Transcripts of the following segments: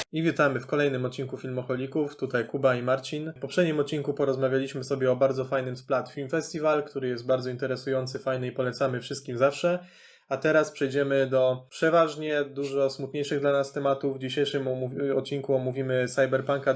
I witamy w kolejnym odcinku Filmoholików, tutaj Kuba i Marcin. W poprzednim odcinku porozmawialiśmy sobie o bardzo fajnym Splat Film Festival, który jest bardzo interesujący, fajny i polecamy wszystkim zawsze. A teraz przejdziemy do przeważnie dużo smutniejszych dla nas tematów. W dzisiejszym odcinku omówimy Cyberpunka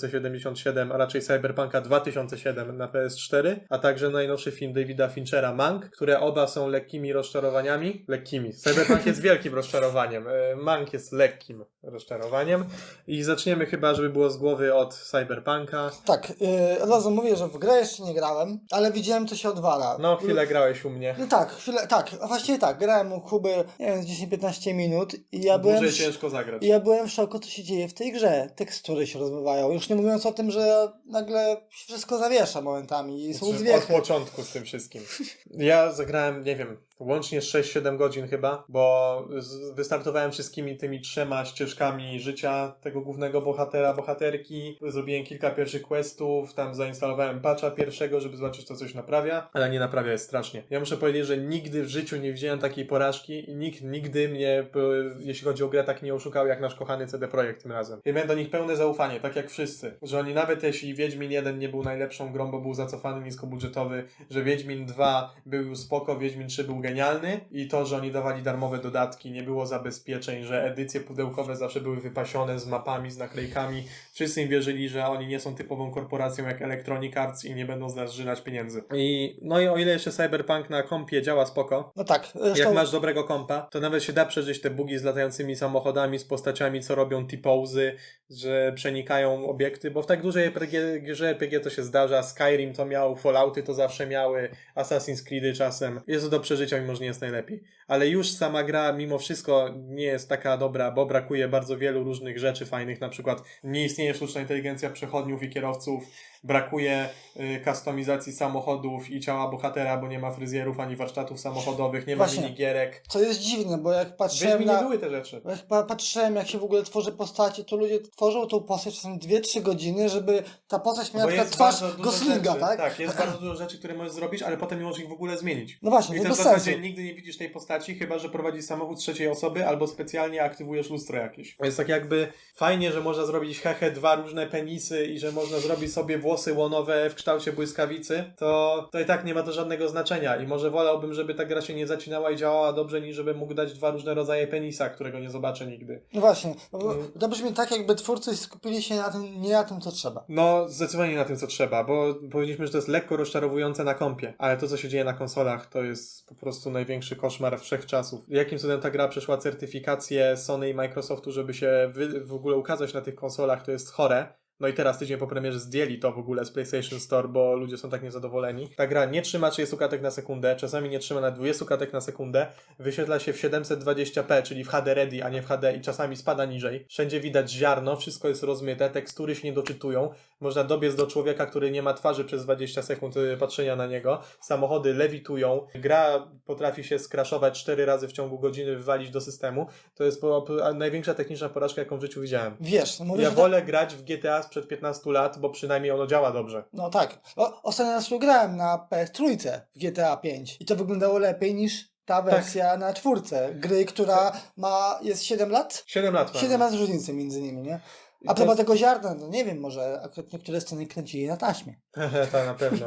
2077, a raczej Cyberpunka 2007 na PS4, a także najnowszy film Davida Finchera Mank, które oba są lekkimi rozczarowaniami. Lekkimi. Cyberpunk jest wielkim rozczarowaniem. Mank jest lekkim rozczarowaniem. I zaczniemy chyba, żeby było z głowy od Cyberpunka. Tak, od razu mówię, że w grę jeszcze nie grałem, ale widziałem, co się odwala. No, chwilę grałeś u mnie. No tak, właściwie tak, grałem u Kuby, nie wiem, 10-15 minut i ja byłem ciężko zagrać. I ja byłem w szoku, co się dzieje w tej grze. Tekstury się rozmywają, już nie mówiąc o tym, że nagle się wszystko zawiesza momentami i są zwiechy. Od początku z tym wszystkim. Ja zagrałem, nie wiem, łącznie 6-7 godzin chyba, bo wystartowałem wszystkimi tymi 3 ścieżkami życia tego głównego bohatera, bohaterki. Zrobiłem kilka pierwszych questów, tam zainstalowałem patcha pierwszego, żeby zobaczyć, co coś naprawia, ale nie naprawia jest strasznie. Ja muszę powiedzieć, że nigdy w życiu nie widziałem takiej porażki i nikt nigdy mnie, jeśli chodzi o grę, tak nie oszukał jak nasz kochany CD Projekt tym razem. Ja miałem do nich pełne zaufanie, tak jak wszyscy. Że oni nawet jeśli Wiedźmin 1 nie był najlepszą grą, bo był zacofany, niskobudżetowy, że Wiedźmin 2 był już spoko, Wiedźmin 3 był genialny i to, że oni dawali darmowe dodatki, nie było zabezpieczeń, że edycje pudełkowe zawsze były wypasione z mapami, z naklejkami. Wszyscy im wierzyli, że oni nie są typową korporacją jak Electronic Arts i nie będą z nas żynać pieniędzy. No i o ile jeszcze Cyberpunk na kompie działa spoko, no tak, jak masz dobrego kompa, to nawet się da przeżyć te bugi z latającymi samochodami, z postaciami, co robią T-pozy, że przenikają obiekty, bo w tak dużej grze RPG to się zdarza. Skyrim to miał, Fallouty to zawsze miały, Assassin's Creedy czasem. Jest to do przeżycia, mimo że nie jest najlepiej. Ale już sama gra mimo wszystko nie jest taka dobra, bo brakuje bardzo wielu różnych rzeczy fajnych, na przykład nie istnieje sztuczna inteligencja przechodniów i kierowców, brakuje kustomizacji samochodów i ciała bohatera, bo nie ma fryzjerów ani warsztatów samochodowych, nie ma minigierek. Co jest dziwne, bo jak patrzyłem nie były te rzeczy. Jak patrzyłem, jak się w ogóle tworzy postacie, to ludzie tworzą tą postać czasem 2-3 godziny, żeby ta postać miała taka twarz Goslinga, tak? Tak, jest bardzo dużo rzeczy, które możesz zrobić, ale potem nie możesz ich w ogóle zmienić. No właśnie, i to w bez zasadzie sensu. nigdy nie widzisz tej postaci, chyba że prowadzisz samochód trzeciej osoby, albo specjalnie aktywujesz lustro jakieś. Jest tak jakby fajnie, że można zrobić dwa różne penisy i że można zrobić sobie włosy łonowe w kształcie błyskawicy, to i tak nie ma to żadnego znaczenia i może wolałbym, żeby ta gra się nie zacinała i działała dobrze, niż żeby mógł dać 2 różne rodzaje penisa, którego nie zobaczę nigdy. No właśnie, to brzmi tak, jakby twórcy skupili się nie na tym, co trzeba. No, zdecydowanie na tym, co trzeba, bo powiedzieliśmy, że to jest lekko rozczarowujące na kompie, ale to, co się dzieje na konsolach, to jest po prostu największy koszmar wszechczasów. Jakim cudem ta gra przeszła certyfikację Sony i Microsoftu, żeby się w ogóle ukazać na tych konsolach, to jest chore. No i teraz tydzień po premierze zdjęli to w ogóle z PlayStation Store, bo ludzie są tak niezadowoleni. Ta gra nie trzyma 30 klatek na sekundę, czasami nie trzyma na 20 klatek na sekundę, wyświetla się w 720p, czyli w HD ready, a nie w HD i czasami spada niżej. Wszędzie widać ziarno, wszystko jest rozmyte, tekstury się nie doczytują. Można dobiec do człowieka, który nie ma twarzy przez 20 sekund patrzenia na niego. Samochody lewitują. Gra potrafi się skraszować 4 razy w ciągu godziny, wywalić do systemu. To jest największa techniczna porażka, jaką w życiu widziałem. Wiesz, ja wolę grać w GTA sprzed 15 lat, bo przynajmniej ono działa dobrze. No tak. Ostatnio raz grałem na PS3 w GTA 5 i to wyglądało lepiej niż ta wersja na 4 gry, która jest 7 lat? 7 lat. 7 lat różnicy między nimi, nie? A propos tego ziarna, no nie wiem, może akurat niektóre sceny kręcili na taśmie. Tak, na pewno.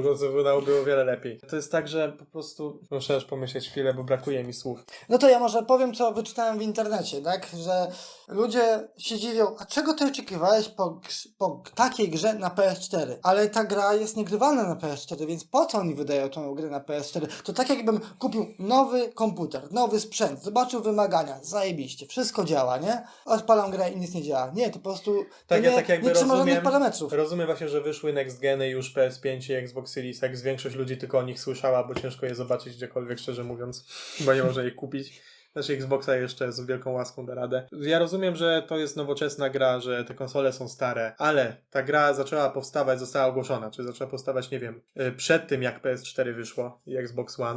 Było o wiele lepiej. To jest tak, że po prostu muszę aż pomyśleć chwilę, bo brakuje mi słów. No to ja może powiem, co wyczytałem w internecie, tak? Że ludzie się dziwią, a czego ty oczekiwałeś po takiej grze na PS4? Ale ta gra jest niegrywalna na PS4, więc po co oni wydają tą grę na PS4? To tak jakbym kupił nowy komputer, nowy sprzęt, zobaczył wymagania, zajebiście, wszystko działa, nie? Odpalam grę i nic nie działa. Nie, to po prostu nie trzyma żadnych parametrów. Rozumiem właśnie, że wyszły next geny już PS5 i Xbox Series X. Większość ludzi tylko o nich słyszała, bo ciężko je zobaczyć gdziekolwiek, szczerze mówiąc, bo nie można ich kupić. Znaczy Xboxa jeszcze z wielką łaską da radę. Ja rozumiem, że to jest nowoczesna gra, że te konsole są stare, ale ta gra zaczęła powstawać, została ogłoszona, czy zaczęła powstawać, nie wiem, przed tym jak PS4 wyszło i Xbox One.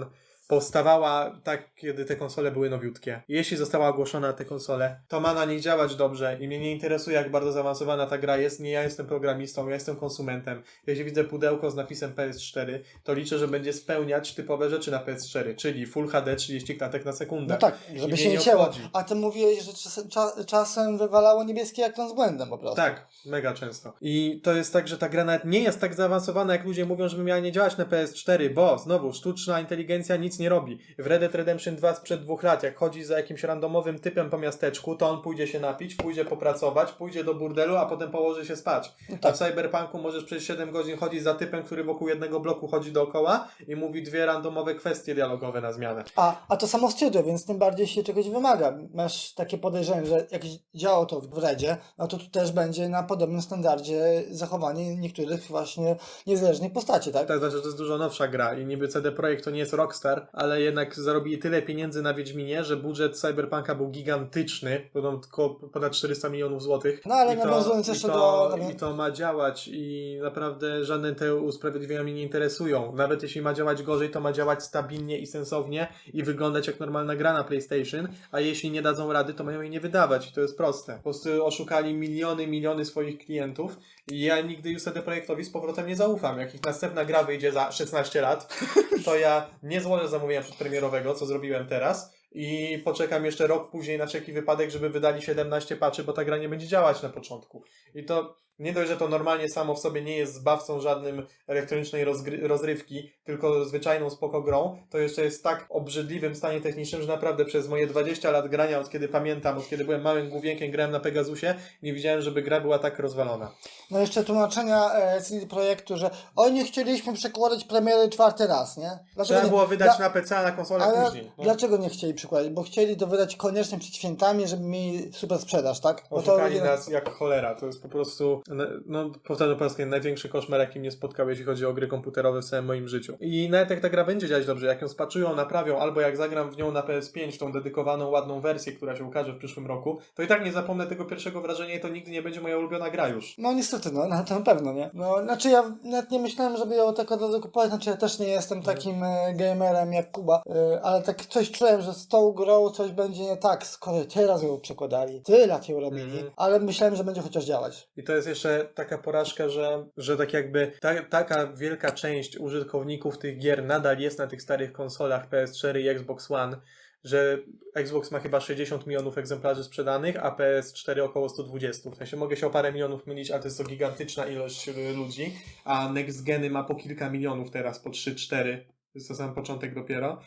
powstawała tak, kiedy te konsole były nowiutkie. Jeśli została ogłoszona te konsole, to ma na nich działać dobrze i mnie nie interesuje, jak bardzo zaawansowana ta gra jest. Nie ja jestem programistą, ja jestem konsumentem. Jeśli widzę pudełko z napisem PS4, to liczę, że będzie spełniać typowe rzeczy na PS4, czyli Full HD 30 klatek na sekundę. No tak, I żeby mnie się nie cięło. obchodzi. A ty mówiłeś, że czasem wywalało niebieskie ekran z błędem po prostu. Tak, mega często. I to jest tak, że ta gra nawet nie jest tak zaawansowana, jak ludzie mówią, żeby miała nie działać na PS4, bo znowu sztuczna inteligencja nic nie robi. W Red Dead Redemption 2 sprzed 2 lat, jak chodzi za jakimś randomowym typem po miasteczku, to on pójdzie się napić, pójdzie popracować, pójdzie do burdelu, a potem położy się spać. No A tak. w Cyberpunku możesz przez 7 godzin chodzić za typem, który wokół jednego bloku chodzi dookoła i mówi 2 randomowe kwestie dialogowe na zmianę. A to samo studio, więc tym bardziej się czegoś wymaga. Masz takie podejrzenie, że jak działało to w Redzie, no to tu też będzie na podobnym standardzie zachowanie niektórych właśnie niezależnych postaci, tak? Tak, znaczy, że to jest dużo nowsza gra i niby CD Projekt to nie jest Rockstar, ale jednak zarobili tyle pieniędzy na Wiedźminie, że budżet Cyberpunka był gigantyczny, tylko ponad 400 milionów złotych. No ale nawiązując jeszcze I to ma działać i naprawdę żadne te usprawiedliwienia mnie nie interesują. Nawet jeśli ma działać gorzej, to ma działać stabilnie i sensownie i wyglądać jak normalna gra na PlayStation, a jeśli nie dadzą rady, to mają jej nie wydawać i to jest proste. Po prostu oszukali miliony swoich klientów i ja nigdy już CD Projektowi z powrotem nie zaufam. Jak ich następna gra wyjdzie za 16 lat, to ja nie złożę zamówienia przedpremierowego, co zrobiłem teraz i poczekam jeszcze rok później na wszelki wypadek, żeby wydali 17 patchy, bo ta gra nie będzie działać na początku. I to nie dość, że to normalnie samo w sobie nie jest zbawcą żadnym elektronicznej rozrywki, tylko zwyczajną spoko grą, to jeszcze jest w tak obrzydliwym stanie technicznym, że naprawdę przez moje 20 lat grania, od kiedy pamiętam, od kiedy byłem małym główienkiem, grałem na Pegasusie, nie widziałem, żeby gra była tak rozwalona. No jeszcze tłumaczenia CD Projektu, że nie chcieliśmy przekładać premiery 4. raz, nie? Dlaczego Trzeba było wydać na PC, a na konsolę ale później. No. dlaczego nie chcieli przekładać? Bo chcieli to wydać koniecznie przed świętami, żeby mieli super sprzedaż, tak? Bo Oszukali nas jak cholera. To jest po prostu, no powtarzam po raz kolejny, największy koszmar, jaki mnie spotkał, jeśli chodzi o gry komputerowe w całym moim życiu. I nawet jak ta gra będzie działać dobrze, jak ją spaczują, naprawią, albo jak zagram w nią na PS5, w tą dedykowaną, ładną wersję, która się ukaże w przyszłym roku, to i tak nie zapomnę tego pierwszego wrażenia i to nigdy nie będzie moja ulubiona gra już. No niestety, no na to pewno, nie? No, znaczy ja nawet nie myślałem, żeby ją tak od razu kupować, znaczy ja też nie jestem takim gamerem jak Kuba, ale tak coś czułem, że z tą grą coś będzie nie tak, skoro teraz ją przekładali, tyle lat ją robili, ale myślałem, że będzie chociaż działać. I to jest jeszcze taka porażka, że tak jakby taka wielka część użytkowników tych gier nadal jest na tych starych konsolach PS4 i Xbox One, że Xbox ma chyba 60 milionów egzemplarzy sprzedanych, a PS4 około 120. W sensie mogę się o parę milionów mylić, ale to jest to gigantyczna ilość ludzi, a Next Geny ma po kilka milionów teraz, po 3-4. To jest to sam początek dopiero.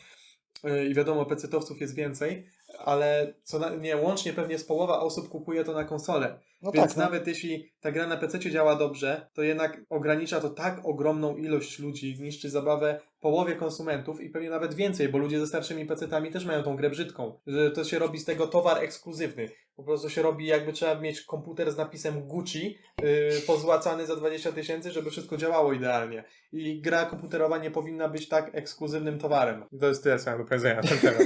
I wiadomo, PC-towców jest więcej, ale łącznie pewnie z połowa osób kupuje to na konsolę. No Więc tak, no. nawet jeśli ta gra na PC działa dobrze, to jednak ogranicza to tak ogromną ilość ludzi, niszczy zabawę połowie konsumentów i pewnie nawet więcej, bo ludzie ze starszymi PC-tami też mają tą grę brzydką. Że to się robi z tego towar ekskluzywny. Po prostu się robi, jakby trzeba mieć komputer z napisem Gucci, pozłacany za 20 000, żeby wszystko działało idealnie. I gra komputerowa nie powinna być tak ekskluzywnym towarem. I to jest tyle, co mam do powiedzenia na ten temat.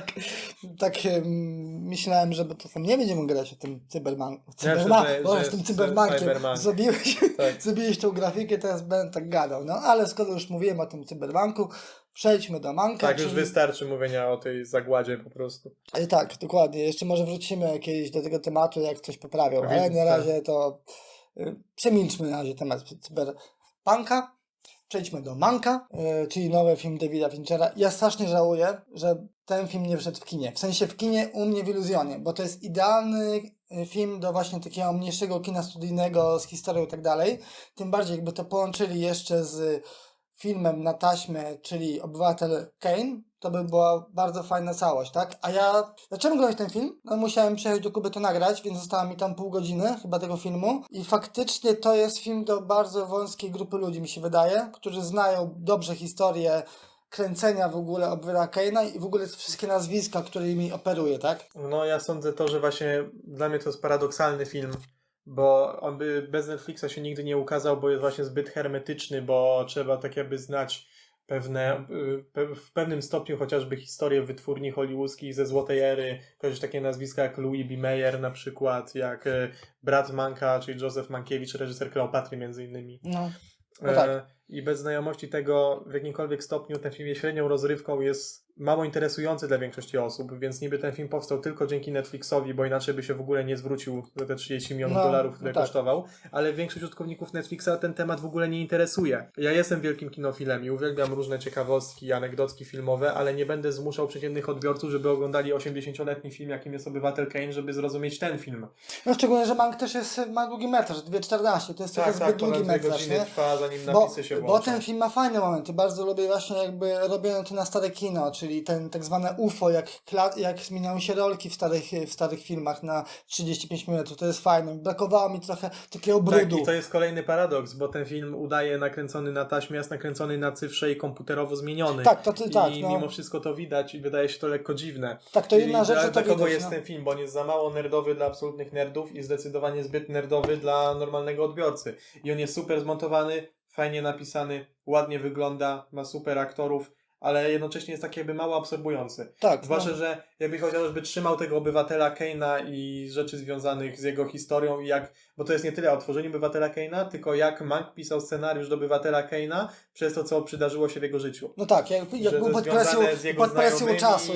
tak myślałem, że to nie będziemy grać o tym Cyberpunku. że Z tym Cyberpunkiem. Cyberpunk. Zrobiłeś tą grafikę, teraz będę tak gadał. No ale skoro już mówiłem o tym Cyberpunku, przejdźmy do Manka. Tak, już wystarczy mówienia o tej zagładzie po prostu. Tak, dokładnie. Jeszcze może wrócimy kiedyś do tego tematu, jak coś poprawią, ale Więc na razie to przemilczmy na razie temat Cyberpunka. Przejdźmy do Manka, czyli nowy film Davida Finchera. Ja strasznie żałuję, że ten film nie wszedł w kinie. W sensie w kinie u mnie w Iluzjonie, bo to jest idealny film do właśnie takiego mniejszego kina studyjnego z historią i tak dalej. Tym bardziej jakby to połączyli jeszcze z filmem na taśmę, czyli Obywatel Kane, to by była bardzo fajna całość, tak? A ja zacząłem oglądać ten film, no musiałem przyjechać do Kuby to nagrać, więc zostało mi tam pół godziny chyba tego filmu i faktycznie to jest film do bardzo wąskiej grupy ludzi, mi się wydaje, którzy znają dobrze historię kręcenia w ogóle Obywatel Kane'a i w ogóle wszystkie nazwiska, którymi operuje, tak? No ja sądzę to, że właśnie dla mnie to jest paradoksalny film, bo on by bez Netflixa się nigdy nie ukazał, bo jest właśnie zbyt hermetyczny, bo trzeba tak jakby znać w pewnym stopniu chociażby historię wytwórni hollywoodzkich ze złotej ery, kojarzysz takie nazwiska jak Louis B. Mayer na przykład, jak brat Manka, czyli Joseph Mankiewicz, reżyser Kleopatry między innymi. No tak. i bez znajomości tego w jakimkolwiek stopniu ten film jest średnią rozrywką, jest mało interesujący dla większości osób, więc niby ten film powstał tylko dzięki Netflixowi, bo inaczej by się w ogóle nie zwrócił za te 30 milionów dolarów, które tak. kosztował, ale większość użytkowników Netflixa ten temat w ogóle nie interesuje. Ja jestem wielkim kinofilem i uwielbiam różne ciekawostki, anegdotki filmowe, ale nie będę zmuszał przeciętnych odbiorców, żeby oglądali 80-letni film, jakim jest Obywatel Kane, żeby zrozumieć ten film. No szczególnie, że Mank też ma długi metraż, 2,14, to jest trochę zbyt długi ponad 2 metraż, godziny nie? trwa, zanim napisy się włączą. Bo ten film ma fajne momenty, bardzo lubię właśnie jakby robione to na stare kino, czyli ten tak zwane UFO, jak zmieniały się rolki w starych filmach na 35 minut, to jest fajne. Brakowało mi trochę takiego brudu. Tak, i to jest kolejny paradoks, bo ten film udaje nakręcony na taśmie, jest nakręcony na cyfrze i komputerowo zmieniony. Tak, I mimo wszystko to widać i wydaje się to lekko dziwne. Tak, to jedna rzecz, że to dla kogo widać, jest ten film, bo on jest za mało nerdowy dla absolutnych nerdów i zdecydowanie zbyt nerdowy dla normalnego odbiorcy. I on jest super zmontowany, fajnie napisany, ładnie wygląda, ma super aktorów, ale jednocześnie jest tak jakby mało absorbujący. Tak, Zwłaszcza, że jakby chociażby trzymał tego obywatela Kane'a i rzeczy związanych z jego historią i bo to jest nie tyle o tworzeniu obywatela Kane'a, tylko jak Mank pisał scenariusz do obywatela Kane'a przez to, co przydarzyło się w jego życiu. No tak, jak był pod presją czasu.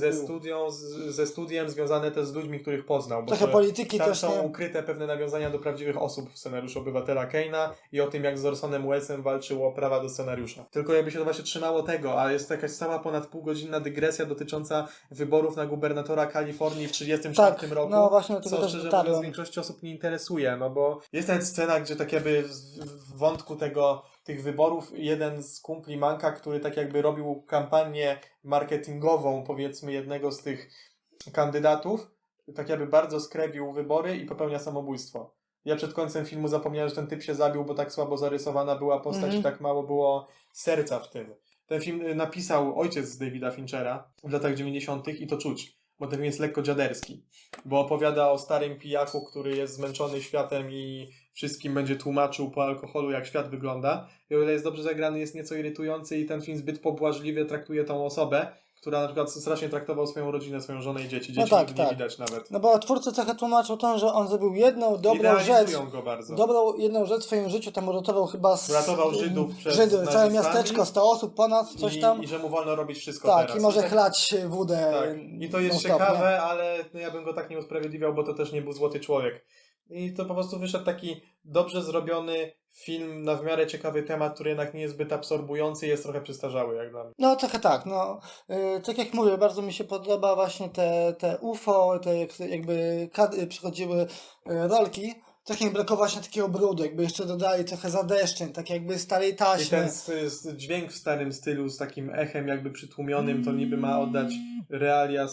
Ze studiem związane też z ludźmi, których poznał. Bo trochę polityki tam też, są nie? ukryte pewne nawiązania do prawdziwych osób w scenariuszu obywatela Kane'a i o tym, jak z Orsonem Wellesem walczył o prawa do scenariusza. Tylko jakby się to właśnie trzymało tego, a jest jakaś cała ponad półgodzinna dygresja dotycząca wyborów na gubernatora Kalifornii w 1934 roku, no właśnie, co szczerze mówiąc większości osób nie interesuje, no bo jest nawet scena, gdzie tak jakby w wątku tych wyborów jeden z kumpli Manka, który tak jakby robił kampanię marketingową, powiedzmy, jednego z tych kandydatów, tak jakby bardzo skrewił wybory i popełnia samobójstwo. Ja przed końcem filmu zapomniałem, że ten typ się zabił, bo tak słabo zarysowana była postać i tak mało było serca w tym. Ten film napisał ojciec Davida Finchera w latach 90. i to czuć, bo ten film jest lekko dziaderski, bo opowiada o starym pijaku, który jest zmęczony światem i wszystkim będzie tłumaczył po alkoholu, jak świat wygląda. I o ile jest dobrze zagrany, jest nieco irytujący i ten film zbyt pobłażliwie traktuje tą osobę, która na przykład strasznie traktował swoją rodzinę, swoją żonę i dzieci. Dzieci nie widać nawet. No bo twórcy trochę tłumaczą to, że on zrobił jedną dobrą rzecz. Go bardzo. Jedną rzecz w swoim życiu, tam uratował chyba uratował Żydów przed całe miasteczko, 100 osób ponad, coś tam. I że mu wolno robić wszystko tak, teraz. I może chlać wódę. Tak. I to jest ciekawe, ale ja bym go tak nie usprawiedliwiał, bo to też nie był złoty człowiek. I to po prostu wyszedł taki dobrze zrobiony film na w miarę ciekawy temat, który jednak nie jest zbyt absorbujący i jest trochę przestarzały, jak dla mnie. No trochę tak, tak jak mówię, bardzo mi się podoba właśnie te UFO, jakby przychodziły rolki. Trochę mi brakowało właśnie takiego brudu, jakby jeszcze dodali trochę zadeszczeń, tak jakby starej taśmy. I ten dźwięk w starym stylu z takim echem jakby przytłumionym, to niby ma oddać realia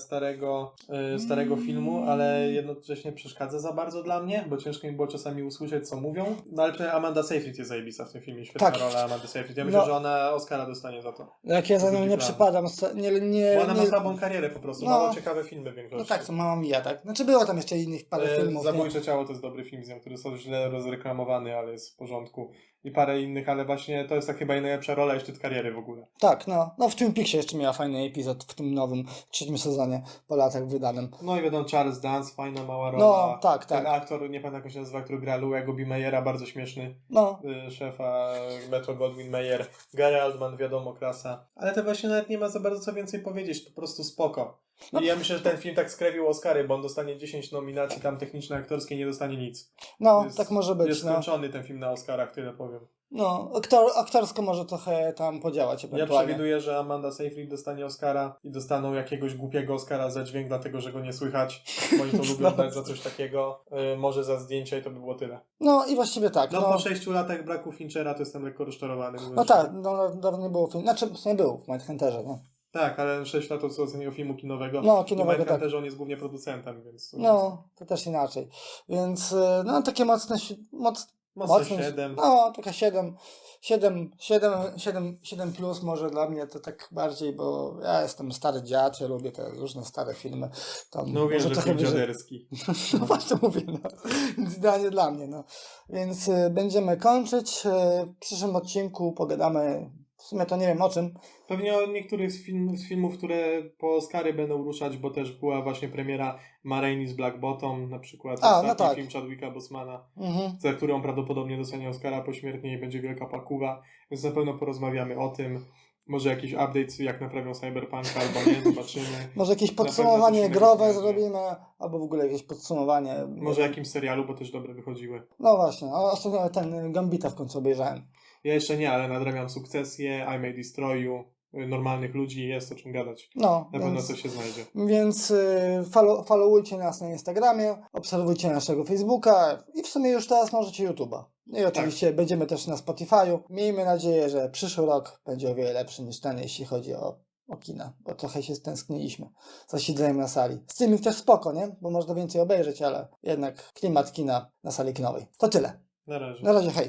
starego filmu, ale jednocześnie przeszkadza za bardzo dla mnie, bo ciężko mi było czasami usłyszeć, co mówią. No ale przynajmniej Amanda Seyfried jest zajebista w tym filmie, świetna rola Amandy Seyfried. Ja myślę, że ona Oscara dostanie za to. Jak ja za nią nie przypadam. Bo ona ma słabą karierę po prostu, mało ciekawe filmy w większości. No tak, to Mamma Mia, tak. Znaczy było tam jeszcze innych parę filmów. Zabójcze ciało to jest dobry film z nią, który jest źle rozreklamowany, ale jest w porządku. I parę innych, ale właśnie to jest tak chyba jej najlepsza rola i szczyt kariery w ogóle. Tak, no w Twin Peaksie jeszcze miała fajny epizod w tym nowym 3. sezonie po latach wydanym. No i wiadomo, Charles Dance, fajna mała rola. No, tak. Ten aktor, nie pamiętam jak się nazywa, który gra Louiego B. Mayera, bardzo śmieszny. No. Szefa Metro Goldwyn Mayer. Gary Oldman, wiadomo, klasa. Ale to właśnie nawet nie ma za bardzo co więcej powiedzieć, to po prostu spoko. I ja myślę, że ten film tak skrewił Oscary, bo on dostanie 10 nominacji tam techniczne, aktorskie, nie dostanie nic. No, tak może być. Jest skończony ten film na Oscarach, tyle powiem. No, aktorsko może trochę tam podziałać ewentualnie. Ja przewiduję, że Amanda Seyfried dostanie Oscara i dostaną jakiegoś głupiego Oscara za dźwięk, dlatego że go nie słychać. Bo oni to lubią dać za coś takiego. Może za zdjęcia i to by było tyle. No i właściwie tak. No po 6 latach braku Finchera to jestem lekko rozczarowany. No tak, dawno nie było filmu. Znaczy, nie był w Mindhunterze, no. Tak, ale 6 lat od ostatniego filmu kinowego. No, kinowego, tak. On jest głównie producentem, więc... No, to też inaczej. Więc, no, takie mocne 7. No, taka 7 plus może dla mnie to tak bardziej, bo ja jestem stary dziad, ja lubię te różne stare filmy. Tam no wiem, że film dziaderski. No właśnie mówię, no. Więc idealnie dla mnie, no. Więc będziemy kończyć. W przyszłym odcinku pogadamy, w sumie to nie wiem o czym. Pewnie o niektórych z filmów, które po Oscary będą ruszać, bo też była właśnie premiera Ma Rainey z Black Bottom, na przykład ostatni film Chadwicka Bosemana, za który on prawdopodobnie dostanie Oscara pośmiertnie i będzie wielka pakuwa. więc na pewno porozmawiamy o tym. Może jakiś update, jak naprawią Cyberpunka, albo nie, zobaczymy. Może jakieś pewno podsumowanie coś innego growe będzie. zrobimy, albo w ogóle jakieś podsumowanie. Może jakimś serialu, bo też dobre wychodziły. No właśnie, a ostatnio ten Gambita w końcu obejrzałem. Ja jeszcze nie, ale nadrabiam Sukcesję, I May Destroy You, normalnych ludzi, jest o czym gadać. No, Na pewno coś się znajdzie. Więc followujcie nas na Instagramie, obserwujcie naszego Facebooka i w sumie już teraz możecie YouTube'a. I oczywiście będziemy też na Spotify'u. Miejmy nadzieję, że przyszły rok będzie o wiele lepszy niż ten, jeśli chodzi o kina, bo trochę się stęskniliśmy za siedzeniem na sali. Streaming też spoko, nie? Bo można więcej obejrzeć, ale jednak klimat kina na sali kinowej. To tyle. Na razie. Na razie, hej.